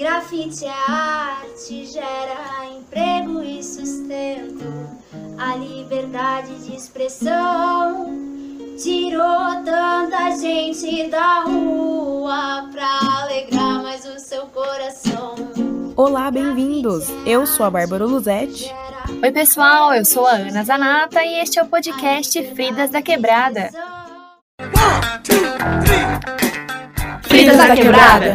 Grafite é arte, gera emprego e sustento. A liberdade de expressão tirou tanta gente da rua pra alegrar mais o seu coração. Olá, bem-vindos! Eu sou a Bárbara Luzete. Oi, pessoal, eu sou a Ana Zanata e este é o podcast Fridas da Quebrada. Fridas da Quebrada!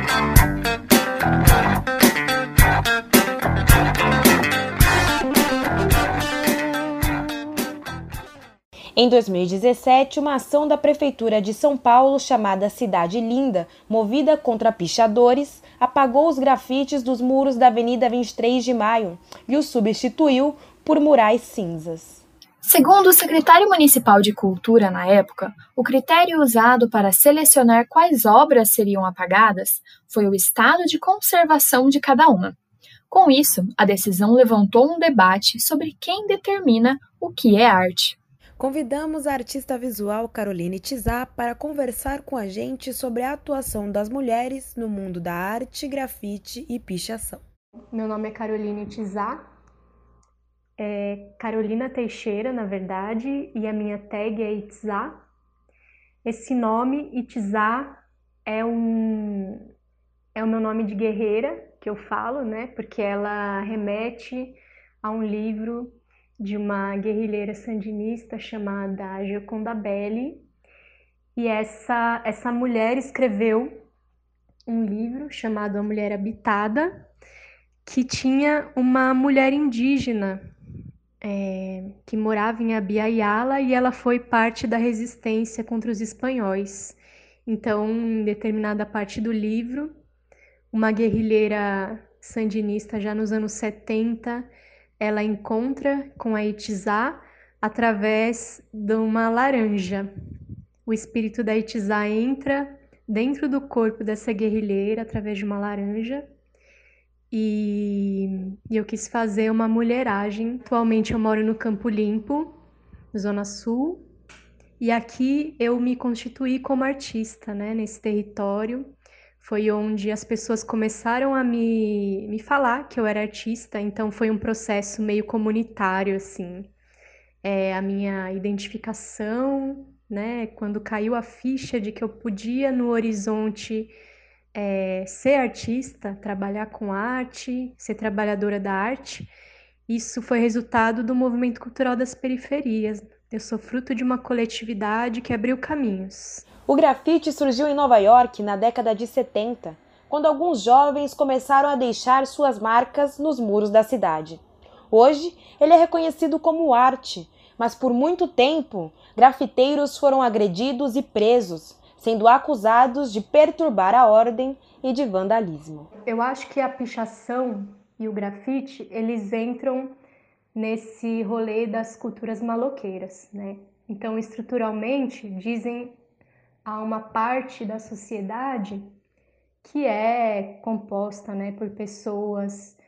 Em 2017, uma ação da Prefeitura de São Paulo chamada Cidade Linda, movida contra pichadores, apagou os grafites dos muros da Avenida 23 de Maio e os substituiu por murais cinzas. Segundo o secretário municipal de Cultura na época, o critério usado para selecionar quais obras seriam apagadas foi o estado de conservação de cada uma. Com isso, a decisão levantou um debate sobre quem determina o que é arte. Convidamos a artista visual Caroline Tizá para conversar com a gente sobre a atuação das mulheres no mundo da arte, grafite e pichação. Meu nome é Caroline Tizá, Carolina Teixeira, na verdade, e a minha tag é Itzá. Esse nome, Itzá, é o meu nome de guerreira, que eu falo, né? Porque ela remete a um livro de uma guerrilheira sandinista chamada Gioconda Belli. E essa mulher escreveu um livro chamado A Mulher Habitada, que tinha uma mulher indígena que morava em Abya-Yala e ela foi parte da resistência contra os espanhóis. Então, em determinada parte do livro, uma guerrilheira sandinista já nos anos 70, ela encontra com a Itzá através de uma laranja. O espírito da Itzá entra dentro do corpo dessa guerrilheira através de uma laranja e eu quis fazer uma mulheragem. Atualmente eu moro no Campo Limpo, Zona Sul, e aqui eu me constituí como artista, né, nesse território. Foi onde as pessoas começaram a me falar que eu era artista, então foi um processo meio comunitário, assim. A minha identificação, né, quando caiu a ficha de que eu podia no horizonte ser artista, trabalhar com arte, ser trabalhadora da arte, isso foi resultado do movimento cultural das periferias. Eu sou fruto de uma coletividade que abriu caminhos. O grafite surgiu em Nova York na década de 70, quando alguns jovens começaram a deixar suas marcas nos muros da cidade. Hoje, ele é reconhecido como arte, mas por muito tempo, grafiteiros foram agredidos e presos, sendo acusados de perturbar a ordem e de vandalismo. Eu acho que a pichação e o grafite, eles entram nesse rolê das culturas maloqueiras, né? Então, estruturalmente, dizem a uma parte da sociedade que é composta, né, por pessoas,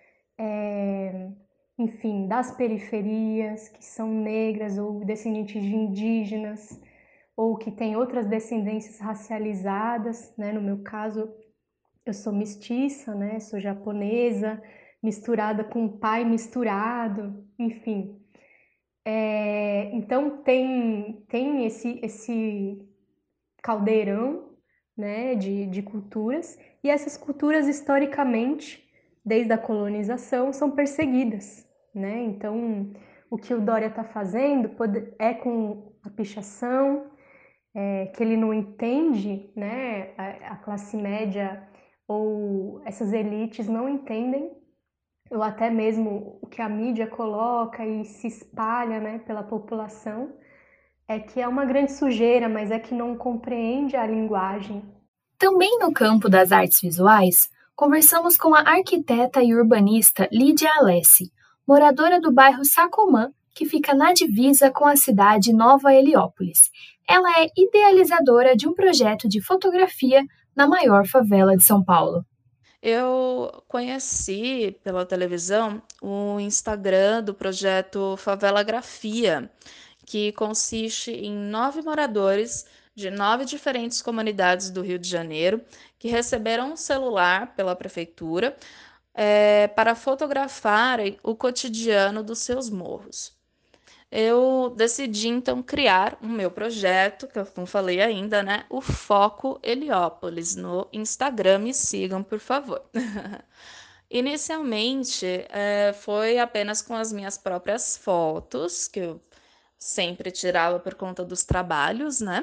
enfim, das periferias, que são negras ou descendentes de indígenas, ou que têm outras descendências racializadas, né? No meu caso, eu sou mestiça, né? Sou japonesa, misturada com um pai misturado, enfim. Então tem esse caldeirão, né, de culturas, e essas culturas historicamente, desde a colonização, são perseguidas, né? Então o que o Dória está fazendo é com a pichação, que ele não entende, né? A classe média ou essas elites não entendem, ou até mesmo o que a mídia coloca e se espalha, né, pela população, é que é uma grande sujeira, mas é que não compreende a linguagem. Também no campo das artes visuais, conversamos com a arquiteta e urbanista Lídia Alessi, moradora do bairro Sacomã, que fica na divisa com a cidade Nova Heliópolis. Ela é idealizadora de um projeto de fotografia na maior favela de São Paulo. Eu conheci pela televisão o Instagram do projeto Favela Grafia, que consiste em 9 moradores de 9 diferentes comunidades do Rio de Janeiro que receberam um celular pela prefeitura para fotografarem o cotidiano dos seus morros. Eu decidi, então, criar o meu projeto, que eu não falei ainda, né? O Foco Heliópolis, no Instagram. Me sigam, por favor. Inicialmente, foi apenas com as minhas próprias fotos, que eu sempre tirava por conta dos trabalhos, né?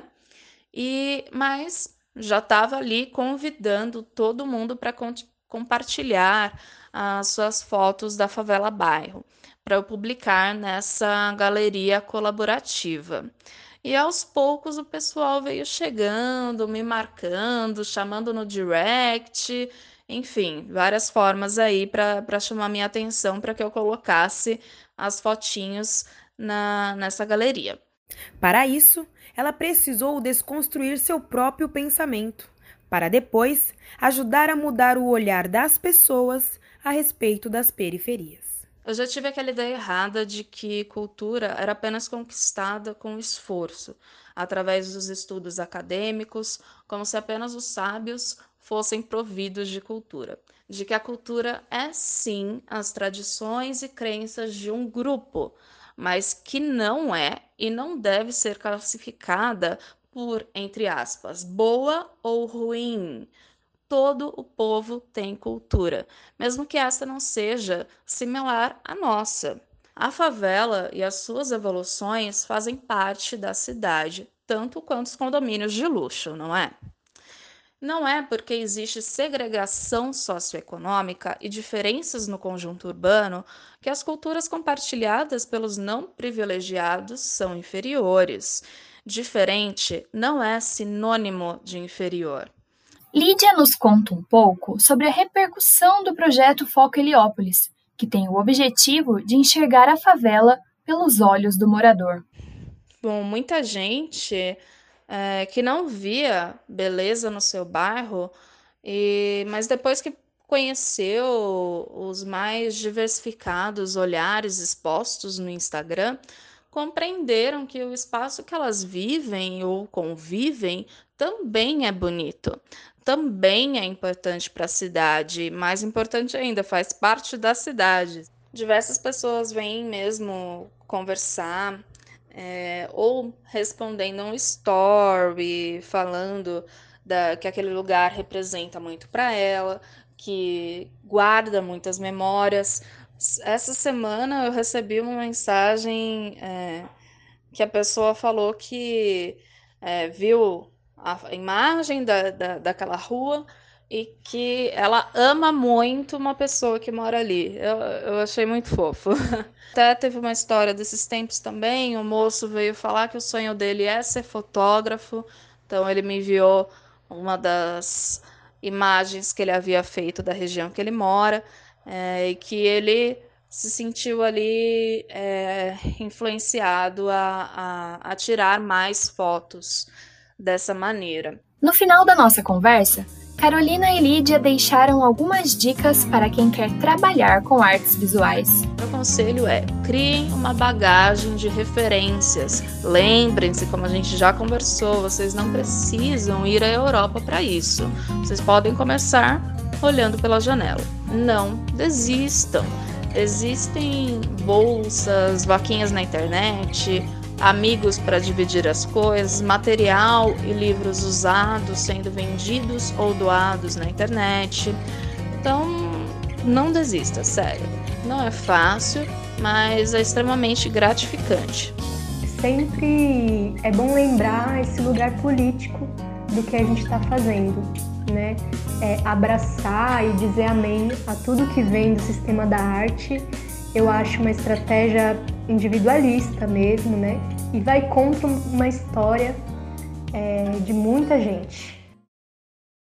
Mas já estava ali convidando todo mundo para compartilhar as suas fotos da Favela Bairro, para eu publicar nessa galeria colaborativa. E aos poucos o pessoal veio chegando, me marcando, chamando no direct, enfim, várias formas aí para chamar minha atenção para que eu colocasse as fotinhos nessa galeria. Para isso, ela precisou desconstruir seu próprio pensamento, para depois ajudar a mudar o olhar das pessoas a respeito das periferias. Eu já tive aquela ideia errada de que cultura era apenas conquistada com esforço, através dos estudos acadêmicos, como se apenas os sábios fossem providos de cultura. De que a cultura é, sim, as tradições e crenças de um grupo, mas que não é e não deve ser classificada por, entre aspas, boa ou ruim. Todo o povo tem cultura, mesmo que esta não seja similar à nossa. A favela e as suas evoluções fazem parte da cidade, tanto quanto os condomínios de luxo, não é? Não é porque existe segregação socioeconômica e diferenças no conjunto urbano que as culturas compartilhadas pelos não privilegiados são inferiores. Diferente não é sinônimo de inferior. Lídia nos conta um pouco sobre a repercussão do projeto Foco Heliópolis, que tem o objetivo de enxergar a favela pelos olhos do morador. Bom, muita gente que não via beleza no seu bairro, mas depois que conheceu os mais diversificados olhares expostos no Instagram, compreenderam que o espaço que elas vivem ou convivem também é bonito, também é importante para a cidade, mais importante ainda, faz parte da cidade. Diversas pessoas vêm mesmo conversar, ou respondendo um story, falando que aquele lugar representa muito para ela, que guarda muitas memórias. Essa semana eu recebi uma mensagem que a pessoa falou que viu a imagem daquela rua e que ela ama muito uma pessoa que mora ali. Eu achei muito fofo. Até teve uma história desses tempos também, o moço veio falar que o sonho dele é ser fotógrafo, então ele me enviou uma das imagens que ele havia feito da região que ele mora, e que ele se sentiu ali influenciado a tirar mais fotos dessa maneira. No final da nossa conversa, Carolina e Lídia deixaram algumas dicas para quem quer trabalhar com artes visuais. Meu conselho é: criem uma bagagem de referências. Lembrem-se, como a gente já conversou, vocês não precisam ir à Europa para isso. Vocês podem começar olhando pela janela. Não desistam. Existem bolsas, vaquinhas na internet, amigos para dividir as coisas, material e livros usados sendo vendidos ou doados na internet. Então, não desista, sério. Não é fácil, mas é extremamente gratificante. Sempre é bom lembrar esse lugar político do que a gente está fazendo, né? Abraçar e dizer amém a tudo que vem do sistema da arte. Eu acho uma estratégia individualista mesmo, né? E vai contra uma história de muita gente.